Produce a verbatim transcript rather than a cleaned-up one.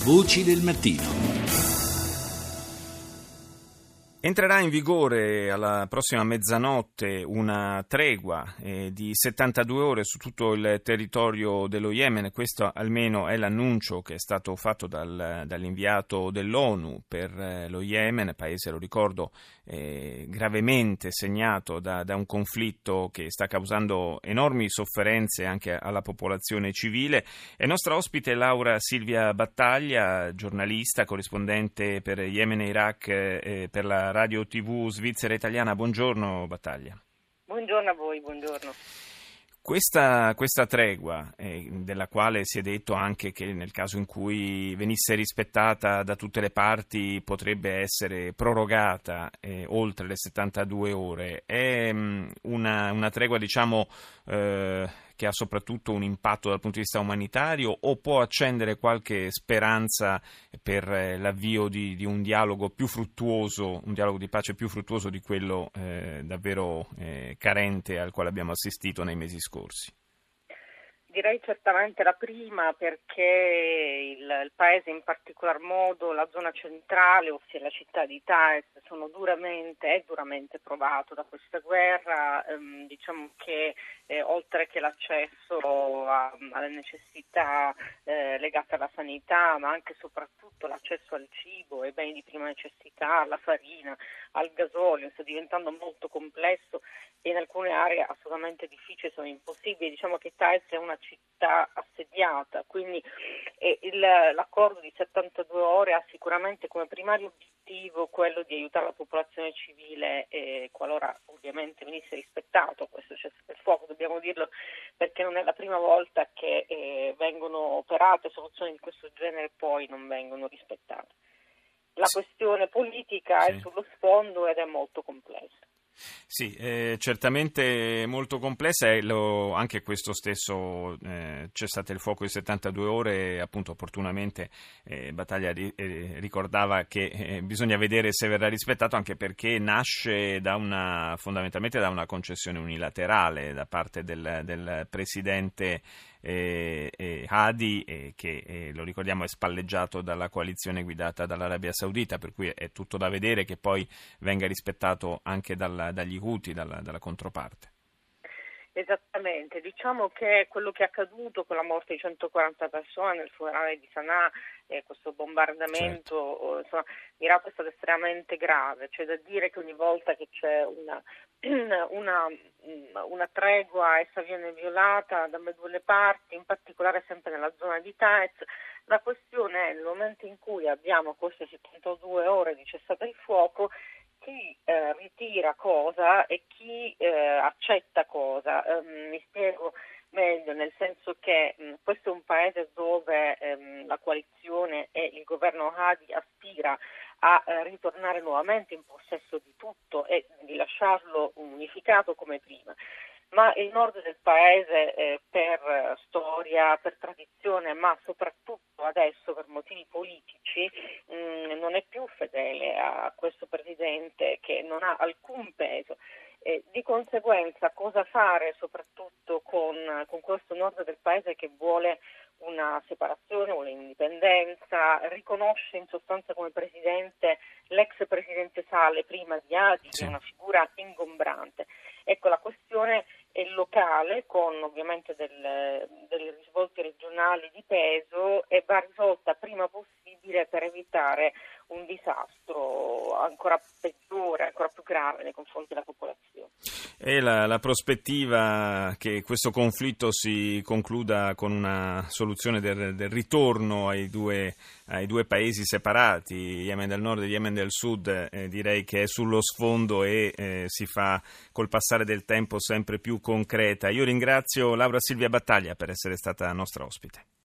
Voci del mattino. Entrerà in vigore alla prossima mezzanotte una tregua eh, di settantadue ore su tutto il territorio dello Yemen. Questo almeno è l'annuncio che è stato fatto dal, dall'inviato dell'ONU per eh, lo Yemen, paese, lo ricordo, eh, gravemente segnato da, da un conflitto che sta causando enormi sofferenze anche alla popolazione civile. È nostra ospite Laura Silvia Battaglia, giornalista, corrispondente per Yemen e Iraq eh, per la Radio tivù svizzera italiana. Buongiorno Battaglia. Buongiorno a voi, buongiorno. Questa, questa tregua, eh, della quale si è detto anche che nel caso in cui venisse rispettata da tutte le parti potrebbe essere prorogata eh, oltre le settantadue ore, è mh, una, una tregua diciamo eh, che ha soprattutto un impatto dal punto di vista umanitario, o può accendere qualche speranza per eh, l'avvio di, di un dialogo più fruttuoso, un dialogo di pace più fruttuoso di quello eh, davvero eh, carente al quale abbiamo assistito nei mesi scorsi? Direi certamente la prima, perché il, il paese, in particolar modo la zona centrale, ossia la città di Taiz, sono duramente è duramente provato da questa guerra. Ehm, diciamo che eh, oltre che l'accesso a, alle necessità eh, legate alla sanità, ma anche e soprattutto l'accesso al cibo, ai beni di prima necessità, alla farina, al gasolio, sta diventando molto complesso e in alcune aree assolutamente difficili, sono impossibili. Diciamo che Taiz è una città assediata, quindi eh, il, l'accordo di settantadue ore ha sicuramente come primario obiettivo quello di aiutare la popolazione civile, eh, qualora ovviamente venisse rispettato questo cessate il fuoco, dobbiamo dirlo, perché non è la prima volta che eh, vengono operate soluzioni di questo genere e poi non vengono rispettate. La sì. questione politica sì. è sullo sfondo ed è molto complessa. Sì, eh, certamente molto complessa, e lo, anche questo stesso eh, cessate il fuoco di settantadue ore, appunto opportunamente eh, Battaglia ri, eh, ricordava che eh, bisogna vedere se verrà rispettato, anche perché nasce da una, fondamentalmente da una concessione unilaterale da parte del, del presidente eh, eh, Hadi, eh, che eh, lo ricordiamo è spalleggiato dalla coalizione guidata dall'Arabia Saudita, per cui è tutto da vedere che poi venga rispettato anche dalla dagli Houthi, dalla, dalla controparte. Esattamente, diciamo che quello che è accaduto con la morte di centoquaranta persone nel funerale di Sana'a, eh, questo bombardamento, certo. insomma, Iraq è stato estremamente grave. C'è da dire che ogni volta che c'è una, una, una tregua, essa viene violata da ambedue le parti, in particolare sempre nella zona di Taiz. La questione è, nel momento in cui abbiamo queste settantadue ore di cessate il fuoco, chi eh, ritira cosa e chi eh, accetta cosa. Um, mi spiego meglio, nel senso che mh, questo è un paese dove ehm, la coalizione e il governo Hadi aspira a eh, ritornare nuovamente in possesso di tutto e di lasciarlo unificato come prima. Ma il nord del paese eh, per storia, per tradizione, ma soprattutto adesso per motivi politici mh, non è più fedele a questo presidente che non ha alcun peso. Eh, di conseguenza cosa fare soprattutto con, con questo nord del paese che vuole una separazione, vuole indipendenza, riconosce in sostanza come presidente l'ex presidente Saleh prima di Hadi, sì. Che è una figura ingombrante. Ecco, la questione è locale, con ovviamente del, dei risvolti regionali di peso, e va risolta prima possibile per evitare un disastro ancora peggiore, ancora più grave nei confronti della popolazione. E la, la prospettiva che questo conflitto si concluda con una soluzione del, del ritorno ai due, ai due paesi separati, Yemen del Nord e Yemen del Sud, eh, direi che è sullo sfondo e eh, si fa col passare del tempo sempre più concreta. Io ringrazio Laura Silvia Battaglia per essere stata nostra ospite.